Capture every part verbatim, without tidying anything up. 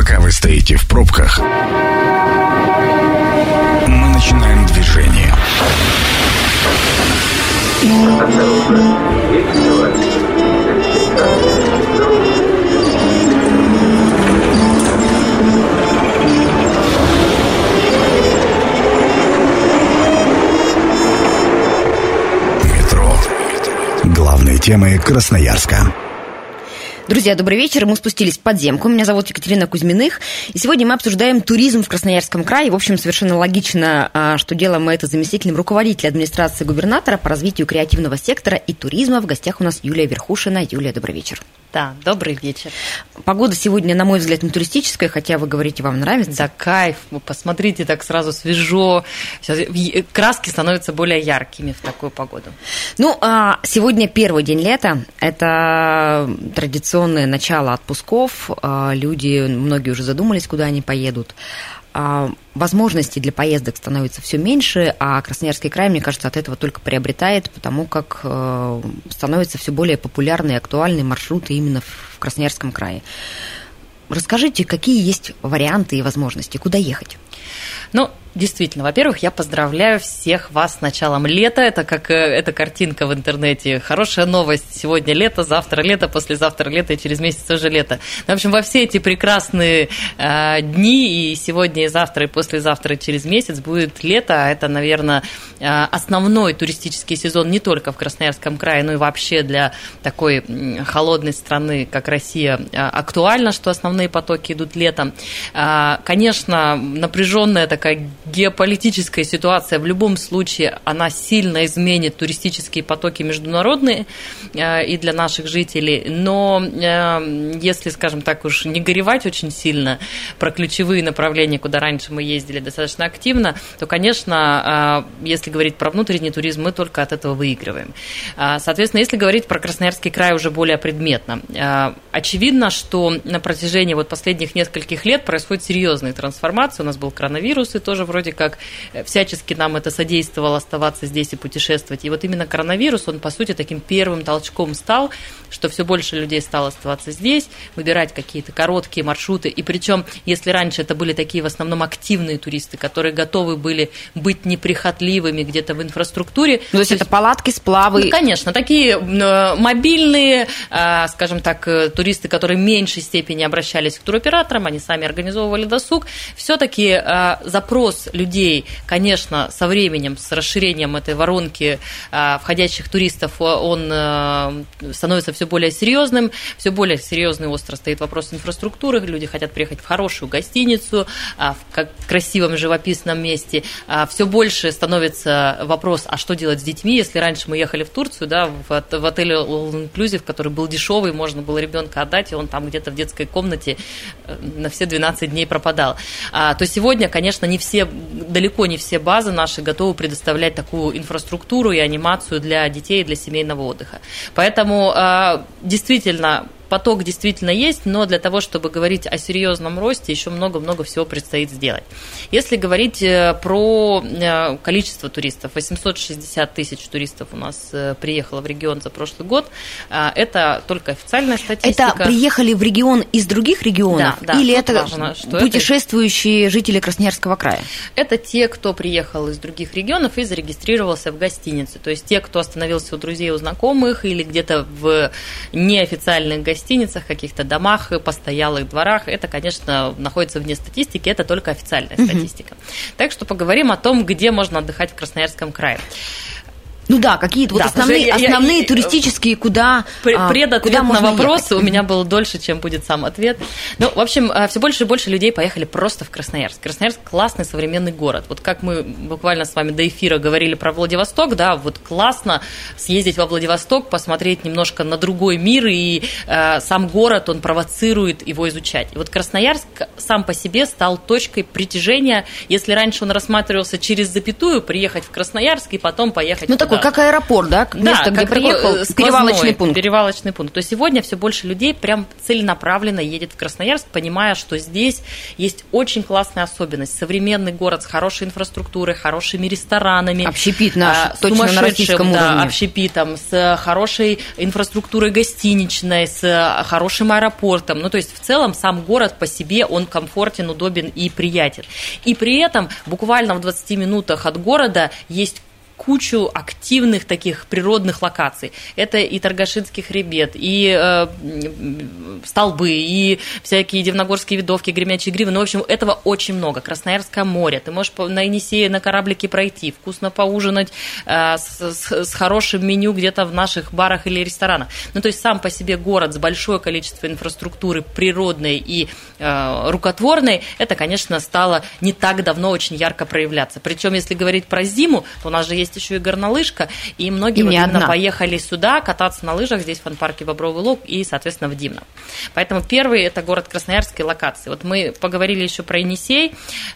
Пока вы стоите в пробках, мы начинаем движение. Метро. Главные темы Красноярска. Друзья, добрый вечер. Мы спустились в подземку. Меня зовут Екатерина Кузьминых. И сегодня мы обсуждаем туризм в Красноярском крае. В общем, совершенно логично, что делаем мы это заместителем руководителя администрации губернатора по развитию креативного сектора и туризма. В гостях у нас Юлия Верхушина. Юлия, добрый вечер. Да, добрый вечер. Погода сегодня, на мой взгляд, не туристическая, хотя вы говорите, вам нравится. Да, кайф. Вы посмотрите, так сразу свежо. Сейчас краски становятся более яркими в такую погоду. Ну, сегодня первый день лета. Это традиционное начало отпусков. Люди, многие уже задумались, куда они поедут. Возможностей для поездок становится все меньше, а Красноярский край, мне кажется, от этого только приобретает, потому как становятся все более популярны и актуальны маршруты именно в Красноярском крае. Расскажите, какие есть варианты и возможности, куда ехать? Ну, действительно, во-первых, я поздравляю всех вас с началом лета. Это как эта картинка в интернете. Хорошая новость. Сегодня лето, завтра лето, послезавтра лето и через месяц уже лето. В общем, во все эти прекрасные э, дни, и сегодня, и завтра, и послезавтра, и через месяц будет лето. Это, наверное, основной туристический сезон не только в Красноярском крае, но и вообще для такой холодной страны, как Россия, актуально, что основные потоки идут летом. Конечно, напряженная такая геополитическая ситуация в любом случае, она сильно изменит туристические потоки международные и для наших жителей, но если, скажем так, уж не горевать очень сильно про ключевые направления, куда раньше мы ездили достаточно активно, то, конечно, если говорить про внутренний туризм, мы только от этого выигрываем. Соответственно, если говорить про Красноярский край уже более предметно, очевидно, что на протяжении вот последних нескольких лет происходит серьезная трансформация. У нас был коронавирус, и тоже вроде как всячески нам это содействовало оставаться здесь и путешествовать. И вот именно коронавирус, он, по сути, таким первым толчком стал, что все больше людей стало оставаться здесь, выбирать какие-то короткие маршруты. И причем, если раньше это были такие в основном активные туристы, которые готовы были быть неприхотливыми где-то в инфраструктуре. Ну, то есть это палатки, сплавы? Ну, конечно, такие мобильные, скажем так, туристы, которые в меньшей степени обращались к туроператорам, они сами организовывали досуг. Все-таки запрос людей, конечно, со временем, с расширением этой воронки входящих туристов, он становится все более серьезным, все более серьезный остро стоит вопрос инфраструктуры, люди хотят приехать в хорошую гостиницу, в красивом живописном месте, все больше становится вопрос, а что делать с детьми, если раньше мы ехали в Турцию, да, в, в отеле All Inclusive, который был дешевый, можно было ребенка отдать, и он там где-то в детской комнате на все двенадцать дней пропадал, то сегодня, конечно, не все, далеко не все базы наши готовы предоставлять такую инфраструктуру и анимацию для детей и для семейного отдыха. Поэтому действительно поток действительно есть, но для того, чтобы говорить о серьезном росте, еще много-много всего предстоит сделать. Если говорить про количество туристов, восемьсот шестьдесят тысяч туристов у нас приехало в регион за прошлый год, это только официальная статистика. Это приехали в регион из других регионов? Да, да, или это важно, что путешествующие это... жители Красноярского края? Это те, кто приехал из других регионов и зарегистрировался в гостинице. То есть те, кто остановился у друзей, у знакомых или где-то в неофициальных гостиницах, гостиницах, каких-то домах, постоялых дворах. Это, конечно, находится вне статистики, это только официальная uh-huh. статистика. Так что поговорим о том, где можно отдыхать в Красноярском крае. Ну да, какие-то вот да, основные, я, основные я, туристические, куда, предответ куда на вопрос ехать? У меня был дольше, чем будет сам ответ. Ну, в общем, все больше и больше людей поехали просто в Красноярск. Красноярск – классный современный город. Вот как мы буквально с вами до эфира говорили про Владивосток, да, вот классно съездить во Владивосток, посмотреть немножко на другой мир, и э, сам город, он провоцирует его изучать. И вот Красноярск сам по себе стал точкой притяжения. Если раньше он рассматривался через запятую, приехать в Красноярск и потом поехать ну, куда-то. такой, как аэропорт, да? Место, да, где как приехал, перевалочный пункт. Перевалочный пункт. То есть сегодня все больше людей прям целенаправленно едет в Красноярск, понимая, что здесь есть очень классная особенность. Современный город с хорошей инфраструктурой, хорошими ресторанами. Общепит наш, а, точно на российском да, уровне. Общепитом, с хорошей инфраструктурой гостиничной, с хорошим аэропортом. Ну, то есть в целом сам город по себе, он комфортен, удобен и приятен. И при этом буквально в двадцати минутах от города есть кучу активных таких природных локаций. Это и Торгашинский хребет, и э, столбы, и всякие дивногорские видовки, гремячие гривы. Ну, в общем, этого очень много. Красноярское море. Ты можешь на Енисее на кораблике пройти, вкусно поужинать э, с, с, с хорошим меню где-то в наших барах или ресторанах. Ну, то есть сам по себе город с большое количество инфраструктуры природной и э, рукотворной, это, конечно, стало не так давно очень ярко проявляться. Причем, если говорить про зиму, то у нас же есть еще и горнолыжка, и многие и вот именно поехали сюда кататься на лыжах, здесь в фан-парке Бобровый Лог и, соответственно, в Димно. Поэтому первый – это город Красноярские локации. Вот мы поговорили еще про Енисей,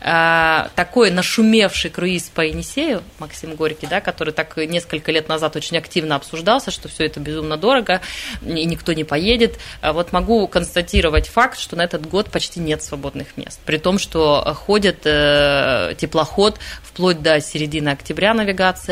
такой нашумевший круиз по Енисею, Максим Горький, да, который так несколько лет назад очень активно обсуждался, что все это безумно дорого, и никто не поедет. Вот могу констатировать факт, что на этот год почти нет свободных мест, при том, что ходит теплоход вплоть до середины октября навигация,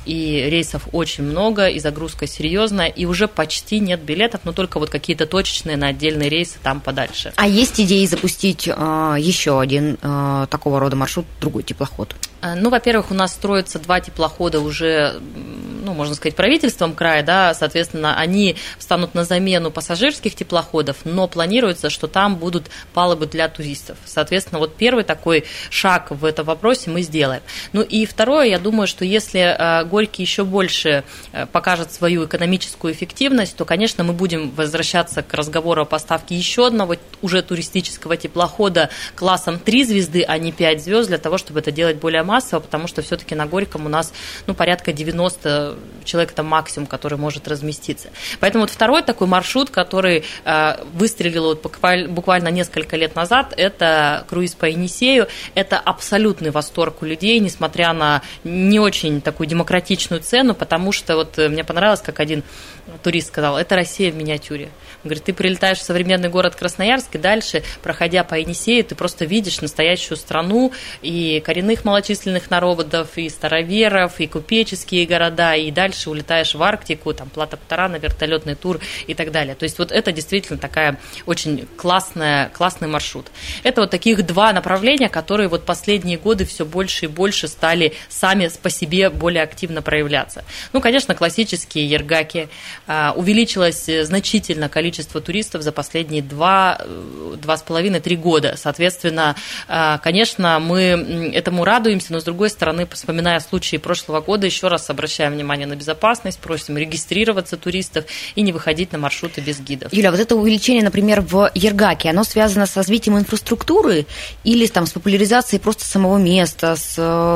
и рейсов очень много, и загрузка серьезная, и уже почти нет билетов, но только вот какие-то точечные на отдельные рейсы там подальше. А есть идеи запустить э, еще один э, такого рода маршрут, другой теплоход? Ну, во-первых, у нас строятся два теплохода уже, ну, можно сказать, правительством края, да, соответственно, они встанут на замену пассажирских теплоходов, но планируется, что там будут палубы для туристов. Соответственно, вот первый такой шаг в этом вопросе мы сделаем. Ну и второе, я думаю, что если Горький еще больше покажет свою экономическую эффективность, то, конечно, мы будем возвращаться к разговору о поставке еще одного уже туристического теплохода классом три звезды, а не пять звезд, для того, чтобы это делать более массово, потому что все-таки на Горьком у нас, ну, порядка девяносто человек, это максимум, который может разместиться. Поэтому вот второй такой маршрут, который э, выстрелил вот буквально, буквально несколько лет назад, это круиз по Енисею. Это абсолютный восторг у людей, несмотря на не очень такую демократичную цену, потому что вот мне понравилось, как один турист сказал, это Россия в миниатюре. Он говорит, ты прилетаешь в современный город Красноярск, и дальше, проходя по Енисею, ты просто видишь настоящую страну и коренных малочисленных народов, и староверов, и купеческие города, и дальше улетаешь в Арктику, там Плато-Птарана, вертолетный тур и так далее. То есть вот это действительно такая очень классная, классный маршрут. Это вот таких два направления, которые вот последние годы все больше и больше стали сами по себе более активно проявляться. Ну, конечно, классические ергаки. Увеличилось значительно количество туристов за последние два, два с половиной, три года. Соответственно, конечно, мы этому радуемся, но, с другой стороны, вспоминая случаи прошлого года, еще раз обращаем внимание на безопасность, просим регистрироваться туристов и не выходить на маршруты без гидов. Юля, вот это увеличение, например, в Ергаке, оно связано с развитием инфраструктуры или там, с популяризацией просто самого места? С...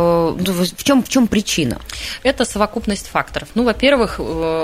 В чем, в чем причина? Это совокупность факторов. Ну, во-первых,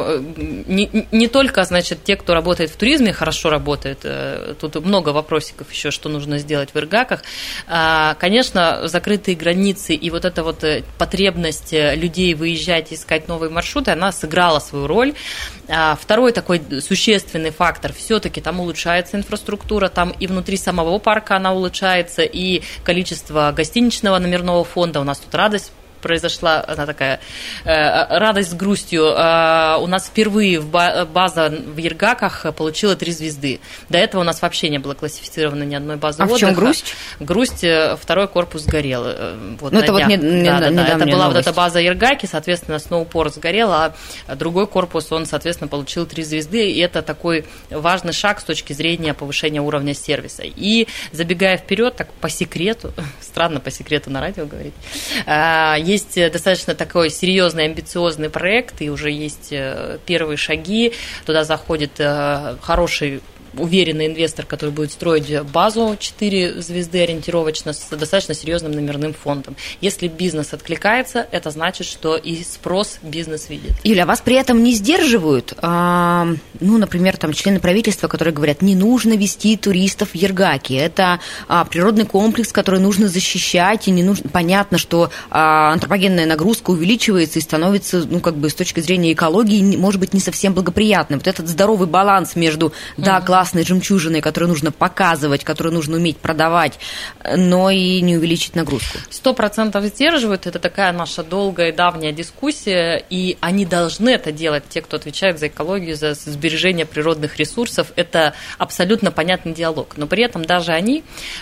не, не только, значит, те, кто работает в туризме, хорошо работает. Тут много вопросиков еще, что нужно сделать в Ергаках. Конечно, закрытые границы и вот эта вот потребность людей выезжать и искать новые маршруты, она сыграла свою роль. Второй такой существенный фактор, все-таки там улучшается инфраструктура, там и внутри самого парка она улучшается, и количество гостиничного номерного фонда, у нас тут радость произошла, она такая э, радость с грустью. Э, у нас впервые в база в Ергаках получила три звезды. До этого у нас вообще не было классифицировано ни одной базы а отдыха. В чем грусть? Грусть, второй корпус сгорел. Вот, ну, это вот не, не, да, да, да. Это была новость. Вот эта база Ергаки, соответственно, сноупорт сгорел, а другой корпус, он, соответственно, получил три звезды, и это такой важный шаг с точки зрения повышения уровня сервиса. И забегая вперед, так по секрету, странно по секрету на радио говорить, есть достаточно такой серьезный, амбициозный проект, и уже есть первые шаги. Туда заходит хороший уверенный инвестор, который будет строить базу четыре звезды ориентировочно с достаточно серьезным номерным фондом. Если бизнес откликается, это значит, что и спрос бизнес видит. Юля, вас при этом не сдерживают, а, ну, например, там члены правительства, которые говорят, не нужно вести туристов в Ергаки, это а, природный комплекс, который нужно защищать, и не нужно. Понятно, что а, антропогенная нагрузка увеличивается и становится, ну, как бы с точки зрения экологии, может быть, не совсем благоприятным. Вот этот здоровый баланс между, да, классной жемчужиной, которую нужно показывать, которую нужно уметь продавать, но и не увеличить нагрузку. Сто процентов сдерживают. Это такая наша долгая и давняя дискуссия, и они должны это делать, те, кто отвечает за экологию, за сбережение природных ресурсов. Это абсолютно понятный диалог. Но при этом даже они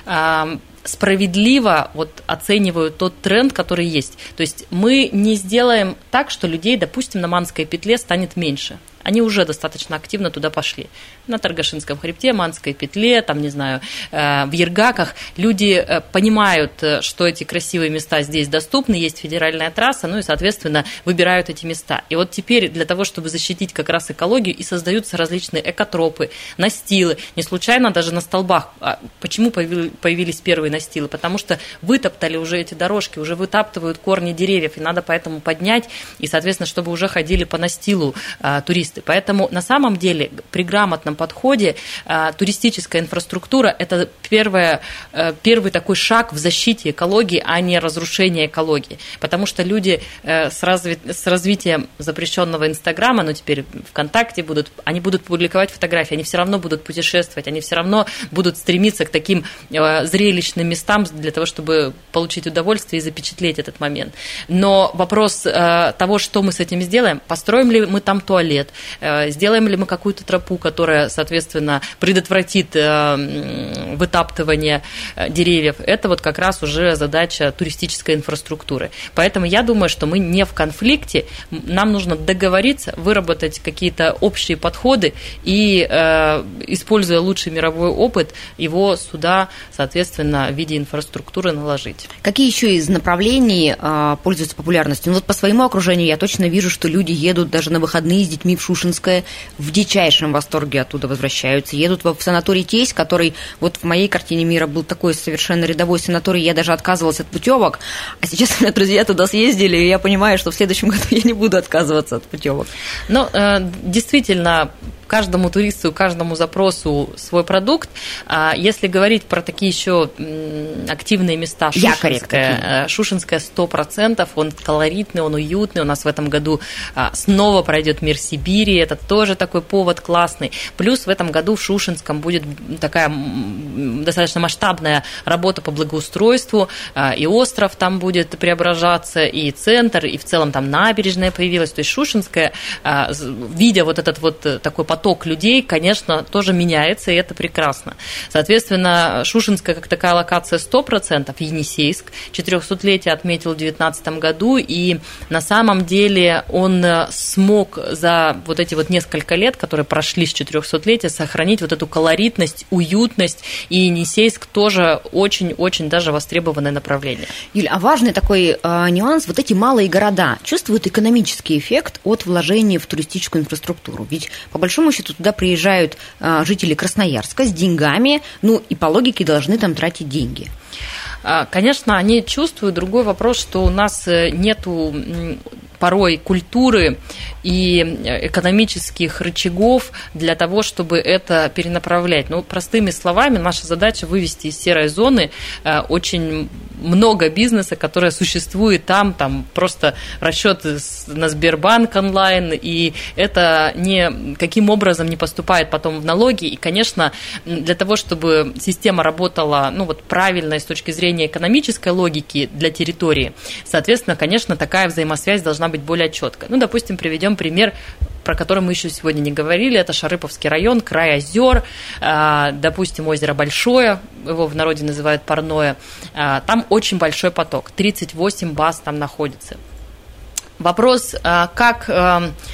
справедливо вот оценивают тот тренд, который есть. То есть мы не сделаем так, что людей, допустим, на Манской петле станет меньше. Они уже достаточно активно туда пошли. На Таргашинском хребте, Манской петле, там, не знаю, в Ергаках люди понимают, что эти красивые места здесь доступны, есть федеральная трасса, ну и, соответственно, выбирают эти места. И вот теперь для того, чтобы защитить как раз экологию, и создаются различные экотропы, настилы. Не случайно даже на столбах. Почему появились первые настилы? Потому что вытоптали уже эти дорожки, уже вытаптывают корни деревьев, и надо поэтому поднять, и, соответственно, чтобы уже ходили по настилу туристы. Поэтому на самом деле при грамотном подходе а, туристическая инфраструктура – это первое, а, первый такой шаг в защите экологии, а не разрушение экологии. Потому что люди а, с, разви... с развитием запрещенного Инстаграма, ну теперь ВКонтакте будут, они будут публиковать фотографии, они все равно будут путешествовать, они все равно будут стремиться к таким а, зрелищным местам для того, чтобы получить удовольствие и запечатлеть этот момент. Но вопрос а, того, что мы с этим сделаем, построим ли мы там туалет, сделаем ли мы какую-то тропу, которая, соответственно, предотвратит вытаптывание деревьев, это вот как раз уже задача туристической инфраструктуры. Поэтому я думаю, что мы не в конфликте, нам нужно договориться, выработать какие-то общие подходы и, используя лучший мировой опыт, его сюда, соответственно, в виде инфраструктуры наложить. Какие еще из направлений пользуются популярностью? Ну вот по своему окружению я точно вижу, что люди едут даже на выходные с детьми в Шушинское, в дичайшем восторге оттуда возвращаются, едут в санаторий Тейс, который вот в моей картине мира был такой совершенно рядовой санаторий, я даже отказывалась от путевок, а сейчас у меня друзья туда съездили, и я понимаю, что в следующем году я не буду отказываться от путевок. Ну, действительно, каждому туристу, каждому запросу свой продукт. Если говорить про такие еще активные места, Шушинская, Шушинская сто процентов, он колоритный, он уютный. У нас в этом году снова пройдет Мир Сибири, это тоже такой повод классный. Плюс в этом году в Шушинском будет такая достаточно масштабная работа по благоустройству, и остров там будет преображаться, и центр, и в целом там набережная появилась. То есть Шушинская, видя вот этот вот такой поток людей, конечно, тоже меняется, и это прекрасно. Соответственно, Шушинская как такая локация сто процентов, Енисейск четырехсотлетие отметил в две тысячи девятнадцатом году, и на самом деле он смог за вот эти вот несколько лет, которые прошли с четырехсотлетия, сохранить вот эту колоритность, уютность, и Енисейск тоже очень-очень даже востребованное направление. Юля, а важный такой э, нюанс, вот эти малые города чувствуют экономический эффект от вложения в туристическую инфраструктуру, ведь по большому счету туда приезжают э, жители Красноярска с деньгами, ну и по логике должны там тратить деньги. Конечно, они чувствуют. Другой вопрос, что у нас нету порой культуры и экономических рычагов для того, чтобы это перенаправлять. Ну, простыми словами, наша задача вывести из серой зоны очень много бизнеса, которое существует там, там просто расчет на Сбербанк онлайн, и это никаким образом не поступает потом в налоги. И, конечно, для того, чтобы система работала, ну, вот правильно с точки зрения экономической логики для территории, соответственно, конечно, такая взаимосвязь должна быть более четкой. Ну, допустим, приведем пример, про который мы еще сегодня не говорили, это Шарыповский район, край озер, допустим, озеро Большое, его в народе называют Парное, там очень большой поток, тридцать восемь баз там находится. Вопрос, как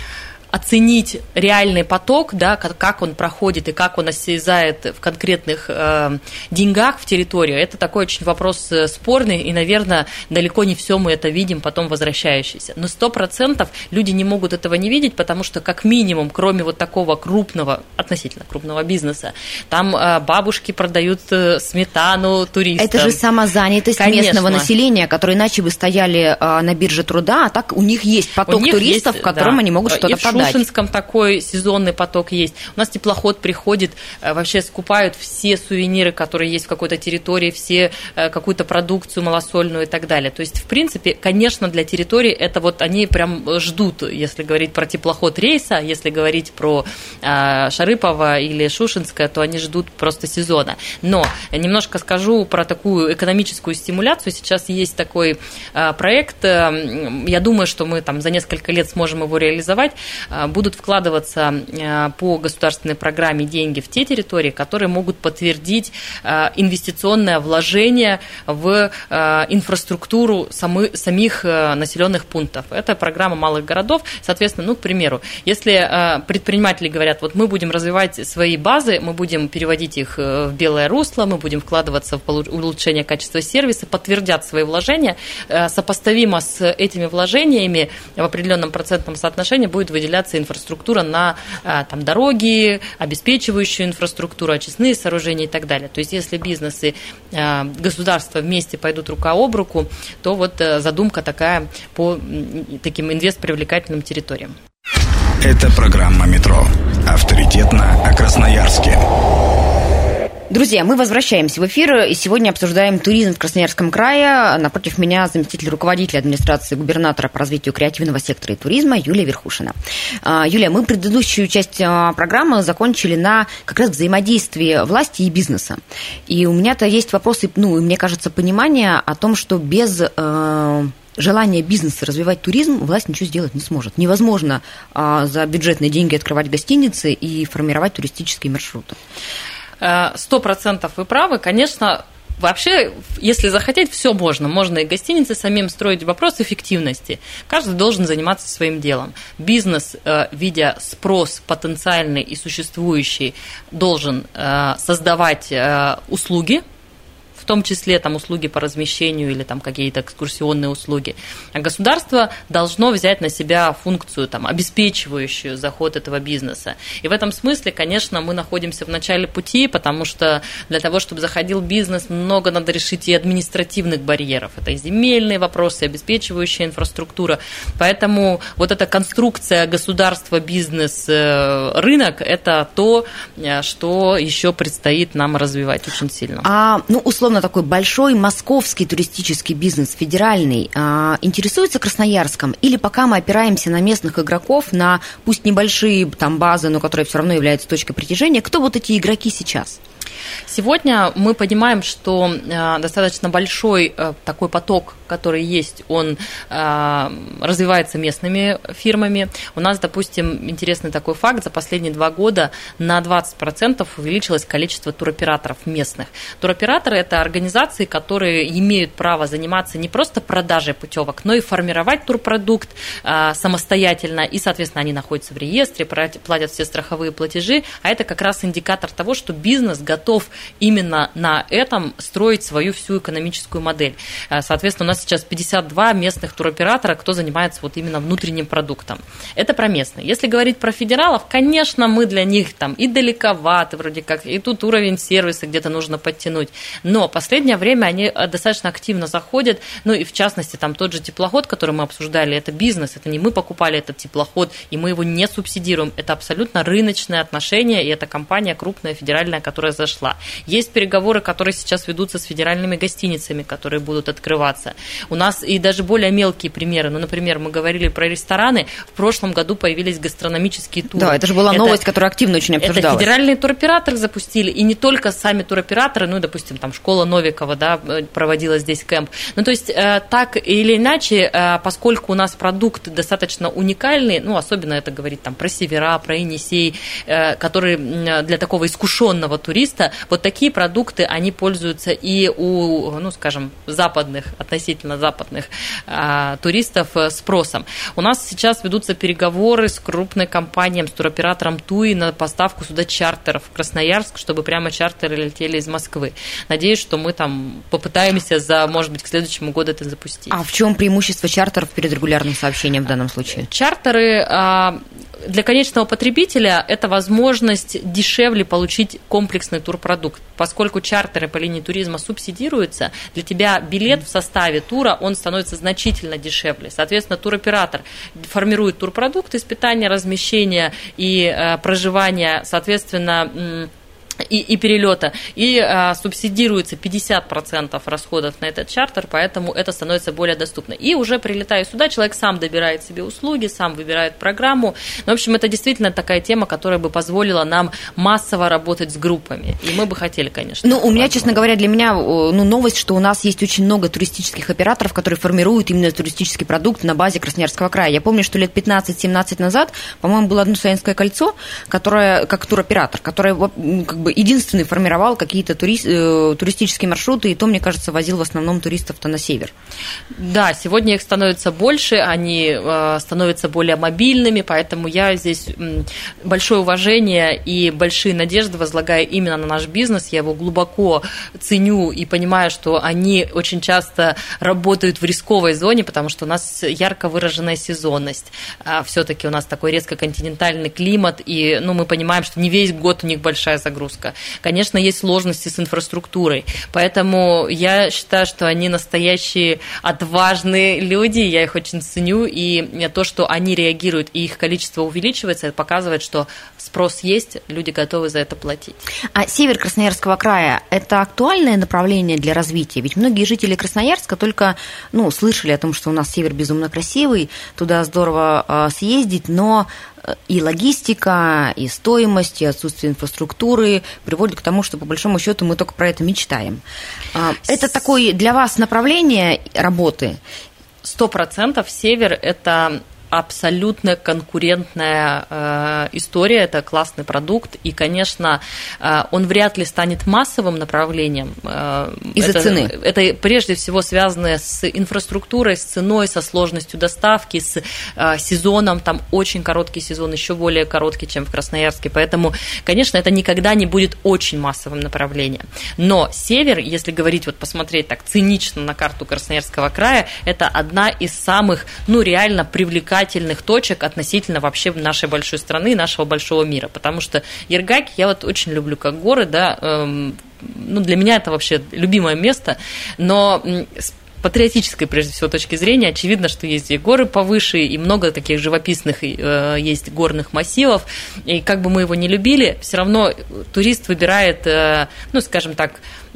оценить реальный поток, да, как он проходит и как он осязает в конкретных э, деньгах в территорию, это такой очень вопрос спорный, и, наверное, далеко не все мы это видим потом возвращающийся. Но сто процентов люди не могут этого не видеть, потому что, как минимум, кроме вот такого крупного, относительно крупного бизнеса, там э, бабушки продают э, сметану туристам. Это же самозанятость Конечно. местного населения, которые иначе бы стояли э, на бирже труда, а так у них есть поток них туристов, есть, которым да. они могут что-то подать. В Шушинском такой сезонный поток есть. У нас теплоход приходит, вообще скупают все сувениры, которые есть в какой-то территории, все какую-то продукцию малосольную и так далее. То есть, в принципе, конечно, для территории это вот они прям ждут, если говорить про теплоход рейса, если говорить про Шарыпово или Шушинское, то они ждут просто сезона. Но немножко скажу про такую экономическую стимуляцию. Сейчас есть такой проект, я думаю, что мы там за несколько лет сможем его реализовать. Будут вкладываться по государственной программе деньги в те территории, которые могут подтвердить инвестиционное вложение в инфраструктуру самих населенных пунктов. Это программа малых городов. Соответственно, ну, к примеру, если предприниматели говорят, вот мы будем развивать свои базы, мы будем переводить их в белое русло, мы будем вкладываться в улучшение качества сервиса, подтвердят свои вложения, сопоставимо с этими вложениями в определенном процентном соотношении будет выделяться инфраструктура на там, дороги, обеспечивающую инфраструктуру, очистные сооружения и так далее. То есть, если бизнесы, государства вместе пойдут рука об руку, то вот задумка такая по таким инвестпривлекательным территориям. Это программа «Метро». Авторитетно о Красноярске. Друзья, мы возвращаемся в эфир и сегодня обсуждаем туризм в Красноярском крае. Напротив меня заместитель руководителя администрации губернатора по развитию креативного сектора и туризма Юлия Верхушина. Юлия, мы предыдущую часть программы закончили на как раз взаимодействии власти и бизнеса. И у меня-то есть вопросы, ну, и мне кажется, понимание о том, что без э, желания бизнеса развивать туризм власть ничего сделать не сможет. Невозможно э, за бюджетные деньги открывать гостиницы и формировать туристические маршруты. Сто процентов вы правы. Конечно, вообще, если захотеть, все можно. Можно и гостиницы самим строить. Вопрос эффективности. Каждый должен заниматься своим делом. Бизнес, видя спрос потенциальный и существующий, должен создавать услуги, в том числе там, услуги по размещению или там, какие-то экскурсионные услуги. А государство должно взять на себя функцию, там, обеспечивающую заход этого бизнеса. И в этом смысле, конечно, мы находимся в начале пути, потому что для того, чтобы заходил бизнес, много надо решить и административных барьеров. Это и земельные вопросы, и обеспечивающая инфраструктура. Поэтому вот эта конструкция государства, бизнес, рынок – это то, что еще предстоит нам развивать очень сильно. А, ну, условно, такой большой московский туристический бизнес, федеральный, а, интересуется Красноярском? Или пока мы опираемся на местных игроков, на пусть небольшие там, базы, но которые все равно являются точкой притяжения? Кто вот эти игроки сейчас? Сегодня мы понимаем, что э, достаточно большой э, такой поток, который есть, он э, развивается местными фирмами. У нас, допустим, интересный такой факт, за последние два года на двадцать процентов увеличилось количество туроператоров местных. Туроператоры – это организации, которые имеют право заниматься не просто продажей путевок, но и формировать турпродукт э, самостоятельно, и, соответственно, они находятся в реестре, платят все страховые платежи, а это как раз индикатор того, что бизнес готов именно на этом строить свою всю экономическую модель. Соответственно, у нас сейчас пятьдесят два местных туроператора, кто занимается вот именно внутренним продуктом. Это про местные. Если говорить про федералов, конечно, мы для них там и далековаты вроде как, и тут уровень сервиса где-то нужно подтянуть. Но в последнее время они достаточно активно заходят, ну и в частности там тот же теплоход, который мы обсуждали, это бизнес, это не мы покупали этот теплоход, и мы его не субсидируем. Это абсолютно рыночное отношение, и это компания крупная, федеральная, которая зашла. Есть переговоры, которые сейчас ведутся с федеральными гостиницами, которые будут открываться. У нас и даже более мелкие примеры. Ну, например, мы говорили про рестораны. В прошлом году появились гастрономические туры. Да, это же была это, новость, которая активно очень обсуждалась. Это федеральные туроператоры запустили, и не только сами туроператоры, ну, допустим, там школа Новикова, да, проводила здесь кемп. Ну, то есть, так или иначе, поскольку у нас продукт достаточно уникальный, ну, особенно это говорит там про севера, про Енисей, который для такого искушенного туриста, вот такие продукты, они пользуются и у, ну, скажем, западных относительно относительно западных а, туристов спросом. У нас сейчас ведутся переговоры с крупной компанией, с туроператором ТУИ на поставку сюда чартеров в Красноярск, чтобы прямо чартеры летели из Москвы. Надеюсь, что мы там попытаемся за, может быть, к следующему году это запустить. А в чем преимущество чартеров перед регулярным сообщением в данном случае? Чартеры для конечного потребителя это возможность дешевле получить комплексный турпродукт. Поскольку чартеры по линии туризма субсидируются, для тебя билет в составе тура, он становится значительно дешевле. Соответственно, туроператор формирует турпродукт из питания, размещения и э, проживания, соответственно, И, и перелета, и а, субсидируется пятьдесят процентов расходов на этот чартер, поэтому это становится более доступно. И уже прилетая сюда, человек сам добирает себе услуги, сам выбирает программу. В общем, это действительно такая тема, которая бы позволила нам массово работать с группами. И мы бы хотели, конечно. Ну, у меня, честно говоря, для меня ну, новость, что у нас есть очень много туристических операторов, которые формируют именно туристический продукт на базе Красноярского края. Я помню, что лет пятнадцать-семнадцать назад, по-моему, было одно Саянское кольцо, которое, как туроператор, которое как бы единственный формировал какие-то тури... туристические маршруты, и то, мне кажется, возил в основном туристов-то на север. Да, сегодня их становится больше, они становятся более мобильными, поэтому я здесь большое уважение и большие надежды возлагаю именно на наш бизнес. Я его глубоко ценю и понимаю, что они очень часто работают в рисковой зоне, потому что у нас ярко выраженная сезонность. Все-таки у нас такой резко континентальный климат, и ну, мы понимаем, что не весь год у них большая загрузка. Конечно, есть сложности с инфраструктурой, поэтому я считаю, что они настоящие отважные люди, я их очень ценю, и то, что они реагируют, и их количество увеличивается, это показывает, что спрос есть, люди готовы за это платить. А север Красноярского края – это актуальное направление для развития? Ведь многие жители Красноярска только ну, слышали о том, что у нас север безумно красивый, туда здорово съездить, но и логистика, и стоимость, и отсутствие инфраструктуры приводит к тому, что, по большому счету, мы только про это мечтаем. Это такое для вас направление работы? Сто процентов север – это абсолютно конкурентная э, история, это классный продукт, и, конечно, э, он вряд ли станет массовым направлением. Э, Из-за это, цены? Это прежде всего связано с инфраструктурой, с ценой, со сложностью доставки, с э, сезоном, там очень короткий сезон, еще более короткий, чем в Красноярске, поэтому, конечно, это никогда не будет очень массовым направлением. Но север, если говорить, вот посмотреть так цинично на карту Красноярского края, это одна из самых, ну, реально привлекательных точек относительно вообще нашей большой страны, нашего большого мира, потому что Ергаки я вот очень люблю как горы, да, эм, ну, для меня это вообще любимое место, но с патриотической, прежде всего, точки зрения, очевидно, что есть и горы повыше, и много таких живописных э, есть горных массивов, и как бы мы его не любили, все равно турист выбирает, э, ну, скажем так,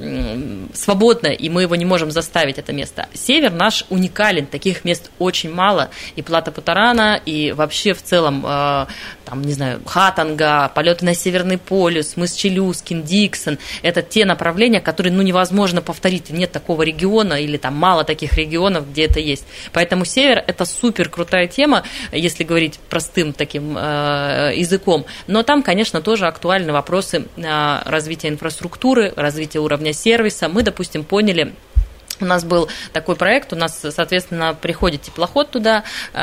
свободно, и мы его не можем заставить, это место. Север наш уникален, таких мест очень мало, и Плата Путарана, и вообще в целом, э, там, не знаю, Хатанга, полеты на Северный полюс, мыс Челюскин, Диксон, это те направления, которые, ну, невозможно повторить, нет такого региона, или там мало таких регионов, где это есть. Поэтому север – это супер крутая тема, если говорить простым таким э, языком, но там, конечно, тоже актуальны вопросы э, развития инфраструктуры, развития уровня сервиса. Мы, допустим, поняли, у нас был такой проект, у нас, соответственно, приходит теплоход туда,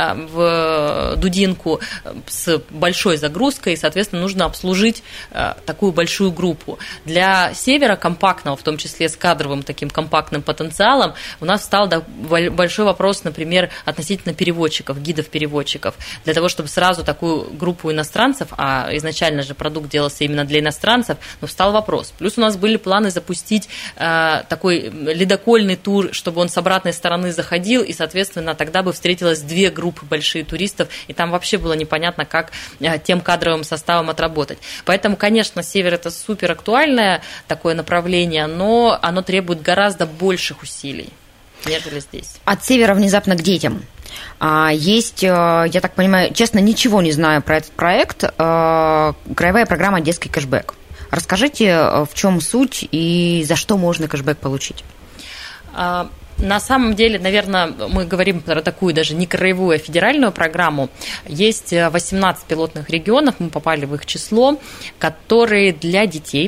в Дудинку, с большой загрузкой, и, соответственно, нужно обслужить такую большую группу. Для севера компактного, в том числе с кадровым таким компактным потенциалом, у нас встал большой вопрос, например, относительно переводчиков, гидов-переводчиков. Для того, чтобы сразу такую группу иностранцев, а изначально же продукт делался именно для иностранцев, но встал вопрос. Плюс у нас были планы запустить такой ледокольный тур, чтобы он с обратной стороны заходил, и, соответственно, тогда бы встретилось две группы большие туристов, и там вообще было непонятно, как тем кадровым составом отработать. Поэтому, конечно, север – это супер актуальное такое направление, но оно требует гораздо больших усилий, нежели здесь. От севера внезапно к детям. Есть, я так понимаю, честно, ничего не знаю про этот проект, краевая программа «Детский кэшбэк». Расскажите, в чем суть и за что можно кэшбэк получить? На самом деле, наверное, мы говорим про такую даже не краевую, а федеральную программу. Есть восемнадцать пилотных регионов, мы попали в их число, которые для детей,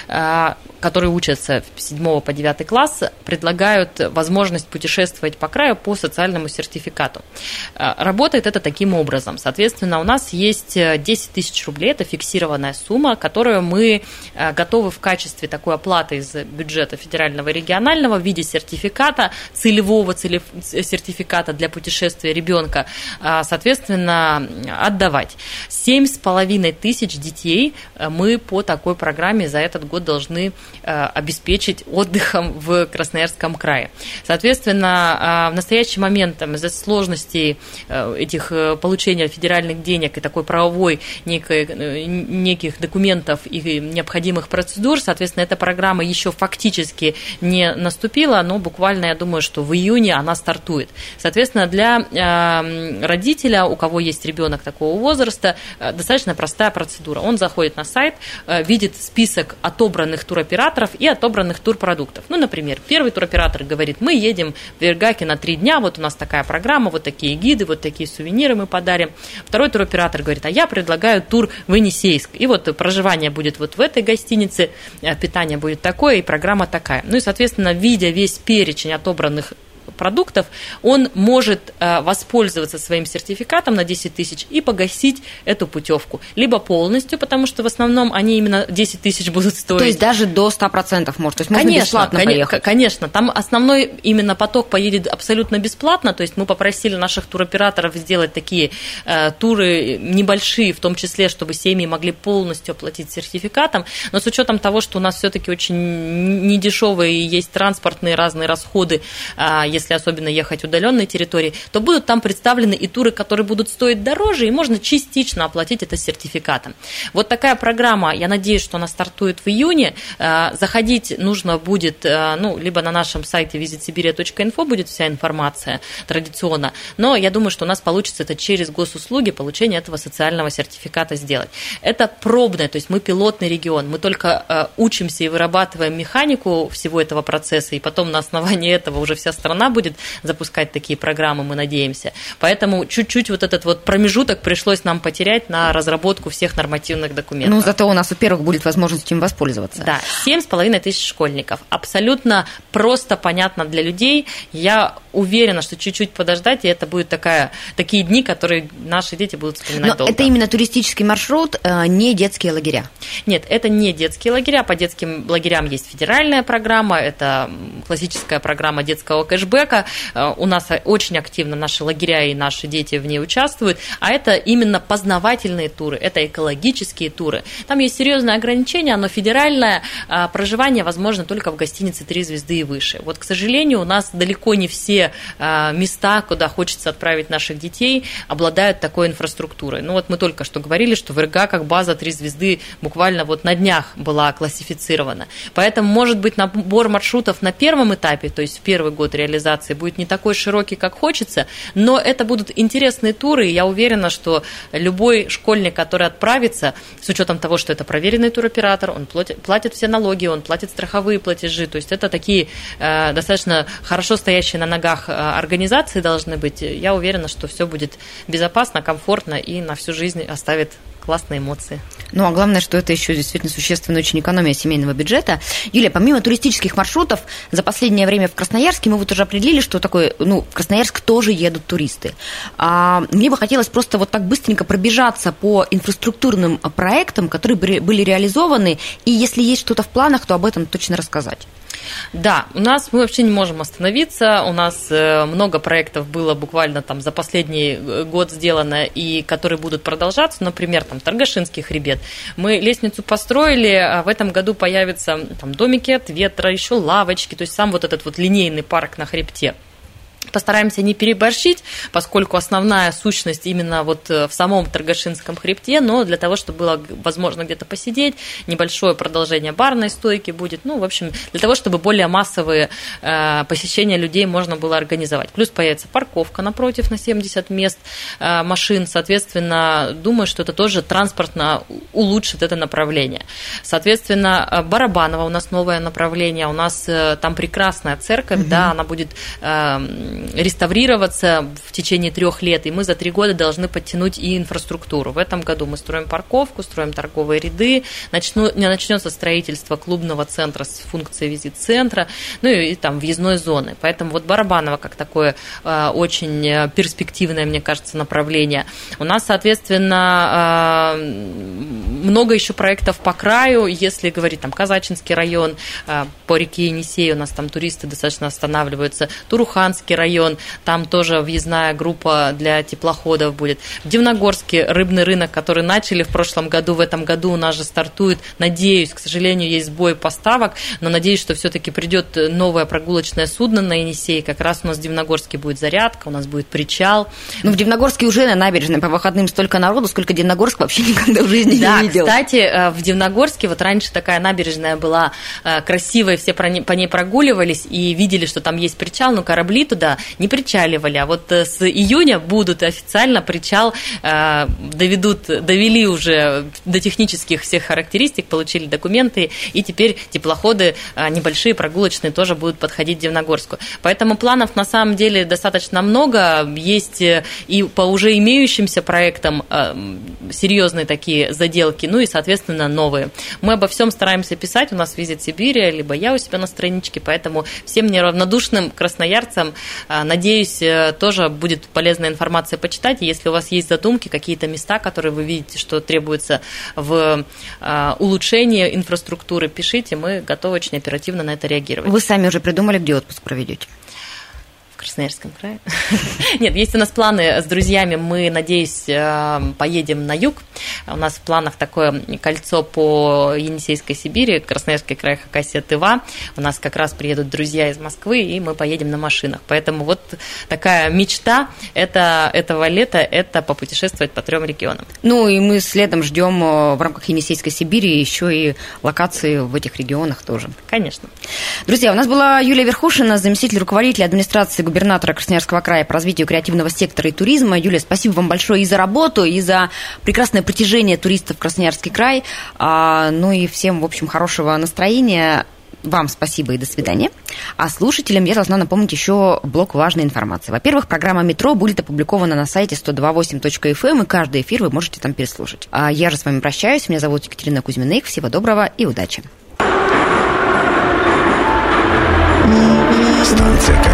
которые учатся с седьмого по девятый класс, предлагают возможность путешествовать по краю по социальному сертификату. Работает это таким образом. Соответственно, у нас есть десять тысяч рублей, это фиксированная сумма, которую мы готовы в качестве такой оплаты из бюджета федерального и регионального в виде сертификата, целевого целев... сертификата для путешествия ребенка, соответственно, отдавать. Семь с половиной тысяч детей мы по такой программе за этот год должны обеспечить отдыхом в Красноярском крае. Соответственно, в настоящий момент там, из-за сложностей этих получения федеральных денег и такой правовой некой, неких документов и необходимых процедур, соответственно, эта программа еще фактически не наступила, но буквально, я думаю, что в июне она стартует. Соответственно, для родителя, у кого есть ребенок такого возраста, достаточно простая процедура. Он заходит на сайт, видит список отобранных туроператоров и отобранных турпродуктов. Ну, например, первый туроператор говорит, мы едем в Вергаки на три дня, вот у нас такая программа, вот такие гиды, вот такие сувениры мы подарим. Второй туроператор говорит, а я предлагаю тур в Енисейск. И вот проживание будет вот в этой гостинице, питание будет такое, и программа такая. Ну и, соответственно, видя весь перечень отобранных продуктов, он может воспользоваться своим сертификатом на десять тысяч и погасить эту путевку. Либо полностью, потому что в основном они именно десять тысяч будут стоить. То есть даже до ста процентов может, то есть можно конечно, бесплатно конечно, поехать. Конечно, там основной именно поток поедет абсолютно бесплатно, то есть мы попросили наших туроператоров сделать такие э, туры небольшие, в том числе, чтобы семьи могли полностью оплатить сертификатом, но с учетом того, что у нас все-таки очень недешевые есть транспортные разные расходы, э, если особенно ехать в удаленной территории, то будут там представлены и туры, которые будут стоить дороже, и можно частично оплатить это сертификатом. Вот такая программа, я надеюсь, что она стартует в июне. Заходить нужно будет, ну, либо на нашем сайте визит сибирия точка инфо будет вся информация традиционно, но я думаю, что у нас получится это через госуслуги получение этого социального сертификата сделать. Это пробное, то есть мы пилотный регион, мы только учимся и вырабатываем механику всего этого процесса, и потом на основании этого уже вся страна будет запускать такие программы, мы надеемся. Поэтому чуть-чуть вот этот вот промежуток пришлось нам потерять на разработку всех нормативных документов. Ну, зато у нас, во-первых, будет возможность им воспользоваться. Да, семь с половиной тысяч школьников. Абсолютно просто, понятно для людей. Я уверена, что чуть-чуть подождать, и это будут такая, такие дни, которые наши дети будут вспоминать Но долго. это именно туристический маршрут, не детские лагеря? Нет, это не детские лагеря. По детским лагерям есть федеральная программа, это классическая программа детского кэшбэка. У нас очень активно наши лагеря и наши дети в ней участвуют, а это именно познавательные туры, это экологические туры. Там есть серьезное ограничение, но федеральное проживание возможно только в гостинице три звезды и выше. Вот, к сожалению, у нас далеко не все места, куда хочется отправить наших детей, обладают такой инфраструктурой. Ну вот мы только что говорили, что в РГА как база три звезды буквально вот на днях была классифицирована. Поэтому, может быть, набор маршрутов на первом этапе, то есть в первый год реализации, будет не такой широкий, как хочется, но это будут интересные туры, и я уверена, что любой школьник, который отправится, с учетом того, что это проверенный туроператор, он платит, платит все налоги, он платит страховые платежи, то есть это такие э, достаточно хорошо стоящие на ногах организации должны быть. Я уверена, что все будет безопасно, комфортно и на всю жизнь оставит классные эмоции. Ну, а главное, что это еще действительно существенная очень экономия семейного бюджета. Юлия, помимо туристических маршрутов, за последнее время в Красноярске мы вот уже определили, что такое, ну, в Красноярск тоже едут туристы. А мне бы хотелось просто вот так быстренько пробежаться по инфраструктурным проектам, которые были реализованы, и если есть что-то в планах, то об этом точно рассказать. Да, у нас мы вообще не можем остановиться, у нас много проектов было буквально там за последний год сделано, и которые будут продолжаться, например, там Торгашинский хребет. Мы лестницу построили, а в этом году появятся там домики от ветра, еще лавочки, то есть сам вот этот вот линейный парк на хребте. Постараемся не переборщить, поскольку основная сущность именно вот в самом Торгашинском хребте, но для того, чтобы было возможно где-то посидеть, небольшое продолжение барной стойки будет, ну, в общем, для того, чтобы более массовые э, посещения людей можно было организовать. Плюс появится парковка напротив на семьдесят мест э, машин, соответственно, думаю, что это тоже транспортно улучшит это направление. Соответственно, Барабаново у нас новое направление, у нас э, там прекрасная церковь, угу. да, она будет э, реставрироваться в течение трех лет, и мы за три года должны подтянуть и инфраструктуру. В этом году мы строим парковку, строим торговые ряды, начну, начнется строительство клубного центра с функцией визит-центра, ну и, и там въездной зоны. Поэтому вот Барабаново как такое э, очень перспективное, мне кажется, направление. У нас, соответственно, э, много еще проектов по краю, если говорить там Казачинский район, э, по реке Енисей у нас там туристы достаточно останавливаются, Туруханский район, там тоже въездная группа для теплоходов будет. В Дивногорске рыбный рынок, который начали в прошлом году, в этом году у нас же стартует, надеюсь, к сожалению, есть сбой поставок, но надеюсь, что все-таки придет новое прогулочное судно на Енисей, как раз у нас в Дивногорске будет зарядка, у нас будет причал. Ну, в Дивногорске уже на набережной по выходным столько народу, сколько Дивногорск вообще никогда в жизни да, не видел. Да, кстати, в Дивногорске вот раньше такая набережная была красивая, все по ней прогуливались и видели, что там есть причал, но корабли туда не причаливали, а вот с июня будут официально причал э, доведут, довели уже до технических всех характеристик, получили документы, и теперь теплоходы э, небольшие, прогулочные тоже будут подходить к Дивногорску. Поэтому планов на самом деле достаточно много, есть и по уже имеющимся проектам э, серьезные такие заделки, ну и, соответственно, новые. Мы обо всем стараемся писать, у нас «Визит Сибири», либо я у себя на страничке, поэтому всем неравнодушным красноярцам, надеюсь, тоже будет полезная информация почитать. И если у вас есть задумки, какие-то места, которые вы видите, что требуется в улучшении инфраструктуры, пишите, мы готовы очень оперативно на это реагировать. Вы сами уже придумали, где отпуск проведете? В Красноярском крае. Нет, есть у нас планы с друзьями, мы, надеюсь, поедем на юг. У нас в планах такое кольцо по Енисейской Сибири, Красноярский край, Хакасия, Тыва. У нас как раз приедут друзья из Москвы, и мы поедем на машинах. Поэтому вот такая мечта это, этого лета – это попутешествовать по трем регионам. Ну и мы следом ждем в рамках Енисейской Сибири еще и локации в этих регионах тоже. Конечно. Друзья, у нас была Юлия Верхушина, заместитель руководителя администрации губернатора Красноярского края по развитию креативного сектора и туризма. Юлия, спасибо вам большое и за работу, и за прекрасное притяжение туристов в Красноярский край. Ну и всем, в общем, хорошего настроения. Вам спасибо и до свидания. А слушателям я должна напомнить еще блок важной информации. Во-первых, программа «Метро» будет опубликована на сайте сто два восемь точка эф эм, и каждый эфир вы можете там переслушать. А я же с вами прощаюсь. Меня зовут Екатерина Кузьминых. Всего доброго и удачи. Станция